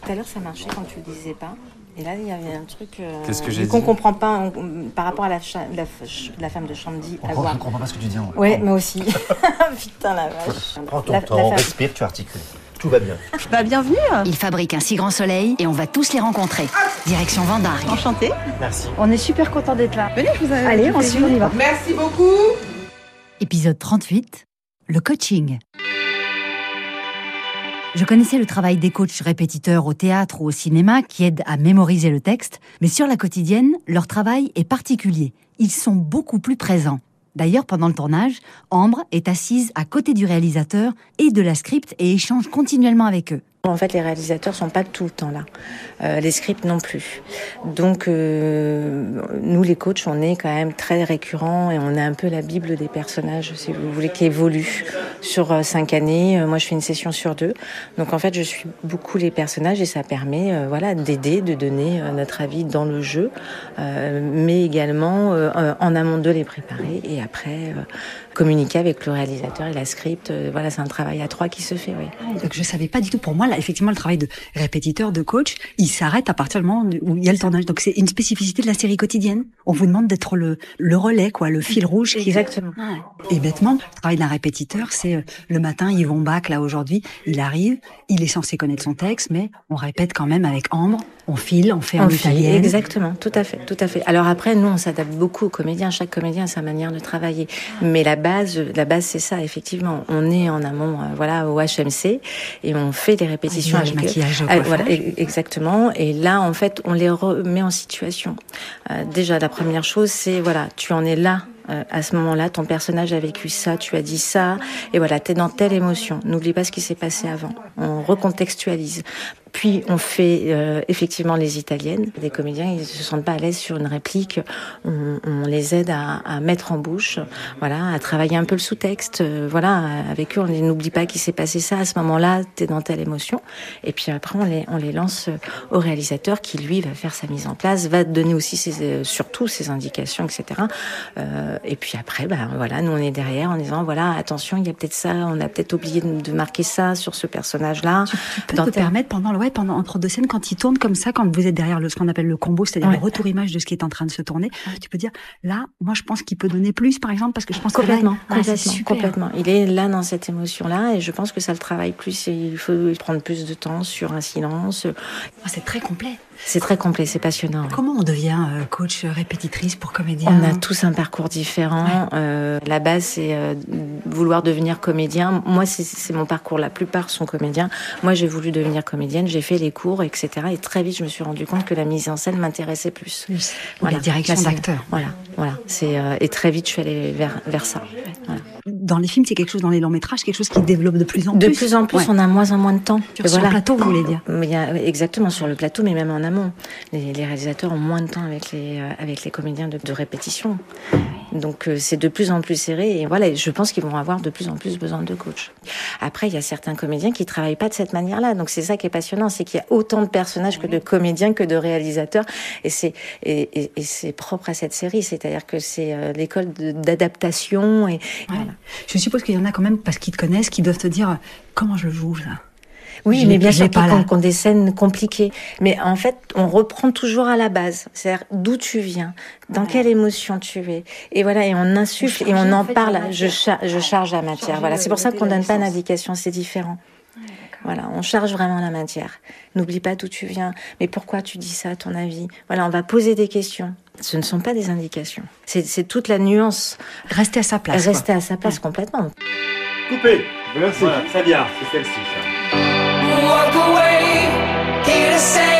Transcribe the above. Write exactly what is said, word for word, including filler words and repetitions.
Tout à l'heure, ça marchait quand tu le disais pas. Et là, il y avait un truc euh, Qu'est-ce que j'ai qu'on dit comprend pas on, on, par rapport à la, cha- la, la femme de chambre dit. Encore, je ne comprends pas ce que tu dis. En ouais, moi aussi. Putain, la vache. Prends ton la, temps, la femme... respire, tu articules. Tout va bien. Bah, bienvenue. Il fabrique un si grand soleil et on va tous les rencontrer. Direction Vendargue. Enchantée. Merci. On est super contents d'être là. Venez, je vous ai... Allez, on suit, on y va. Merci beaucoup. Épisode trente-huit, le coaching. Je connaissais le travail des coachs répétiteurs au théâtre ou au cinéma qui aident à mémoriser le texte, mais sur la quotidienne, leur travail est particulier. Ils sont beaucoup plus présents. D'ailleurs, pendant le tournage, Ambre est assise à côté du réalisateur et de la script et échange continuellement avec eux. En fait, les réalisateurs sont pas tout le temps là. Euh, les scripts non plus. Donc, euh, nous, les coachs, on est quand même très récurrents et on est un peu la bible des personnages, si vous voulez, qui évoluent sur euh, cinq années. Euh, moi, je fais une session sur deux. Donc, en fait, je suis beaucoup les personnages et ça permet, euh, voilà, d'aider, de donner euh, notre avis dans le jeu, euh, mais également euh, en amont de les préparer et après euh, communiquer avec le réalisateur et la script. Euh, voilà, c'est un travail à trois qui se fait, oui. Donc, je savais pas du tout. Pour moi, là, effectivement, le travail de répétiteur, de coach, il s'arrête à partir du moment où il y a le tournage. Donc, c'est une spécificité de la série quotidienne. On vous demande d'être le, le relais, quoi, le fil rouge. Qui... Exactement. Et bêtement, le travail d'un répétiteur, c'est euh, le matin, Yvon Bach, là, aujourd'hui, il arrive, il est censé connaître son texte, mais on répète quand même avec Ambre, on file, on fait en italien. Exactement, tout à fait, tout à fait. Alors après, nous, on s'adapte beaucoup aux comédiens. Chaque comédien a sa manière de travailler. Mais la base, la base, c'est ça, effectivement. On est en amont, euh, voilà, au H M C, et on fait des répétitions avec maquillage, euh, voilà, exactement. Et là, en fait, on les remet en situation. Euh, déjà, la première chose, c'est voilà, tu en es là. Euh, à ce moment-là, ton personnage a vécu ça, tu as dit ça, et voilà, t'es dans telle émotion. N'oublie pas ce qui s'est passé avant. On recontextualise. Puis on fait euh, effectivement les italiennes. Des comédiens, ils se sentent pas à l'aise sur une réplique. On, on les aide à, à mettre en bouche, voilà, à travailler un peu le sous-texte. Euh, voilà, avec eux, on les n'oublie pas qu'il s'est passé ça. À ce moment-là, t'es dans telle émotion. Et puis après, on les on les lance au réalisateur qui lui va faire sa mise en place, va donner aussi ses, euh, surtout ses indications, et cetera. Euh, et puis après, ben voilà, nous on est derrière en disant voilà, attention, il y a peut-être ça, on a peut-être oublié de, de marquer ça sur ce personnage-là. Tu, tu peux te tel... permettre pendant le Ouais, pendant entre deux scènes, quand il tourne comme ça, quand vous êtes derrière le, ce qu'on appelle le combo, c'est-à-dire ouais. le retour image de ce qui est en train de se tourner, tu peux dire, là, moi, je pense qu'il peut donner plus, par exemple, parce que je pense complètement, que là, complètement, ah, complètement. Il est là dans cette émotion-là, et je pense que ça le travaille plus, et il faut prendre plus de temps sur un silence. Oh, c'est très complet. C'est très complet, c'est passionnant. Ouais. Comment on devient euh, coach répétitrice pour comédien ? On a tous un parcours différent. Ouais. Euh, la base, c'est euh, vouloir devenir comédien. Moi, c'est, c'est mon parcours. La plupart sont comédiens. Moi, j'ai voulu devenir comédienne. J'ai fait les cours, et cetera. Et très vite, je me suis rendu compte que la mise en scène m'intéressait plus. Oui. Voilà. La direction Là, d'acteur. Voilà, voilà. C'est euh, et très vite, je suis allée vers vers ça. Voilà. Dans les films, c'est quelque chose, dans les longs métrages, quelque chose qui développe de plus en de plus. De plus en plus, ouais. On a moins en moins de temps. Sur, sur voilà. le plateau, vous voulez dire ? Mais il y a, exactement, sur le plateau, mais même en amont. Les, les réalisateurs ont moins de temps avec les, euh, avec les comédiens de, de répétition. Donc, euh, c'est de plus en plus serré. Et voilà, je pense qu'ils vont avoir de plus en plus besoin de coach. Après, il y a certains comédiens qui travaillent pas de cette manière-là. Donc, c'est ça qui est passionnant. C'est qu'il y a autant de personnages que de comédiens que de réalisateurs. Et c'est, et, et, et c'est propre à cette série. C'est-à-dire que c'est euh, l'école de, d'adaptation. Et, ouais. et voilà. Je suppose qu'il y en a quand même, parce qu'ils te connaissent, qui doivent te dire comment je le joue, là. Oui, je mais bien sûr qu'on qu des scènes compliquées. Mais en fait, on reprend toujours à la base. C'est-à-dire d'où tu viens, dans ouais. quelle émotion tu es. Et voilà, et on insuffle, et on en, en fait, parle. Je, char je charge la matière. Voilà, c'est pour ça qu'on donne pas d'indication, c'est différent. Ouais, voilà, on charge vraiment la matière. N'oublie pas d'où tu viens. Mais pourquoi tu dis ça, à ton avis? Voilà, on va poser des questions. Ce ne sont pas des indications. C'est toute la nuance. Rester à sa place. Rester quoi. à sa place ouais. complètement. Coupé. Merci. Voilà, très bien. C'est celle-ci, ça. Walk away, here to say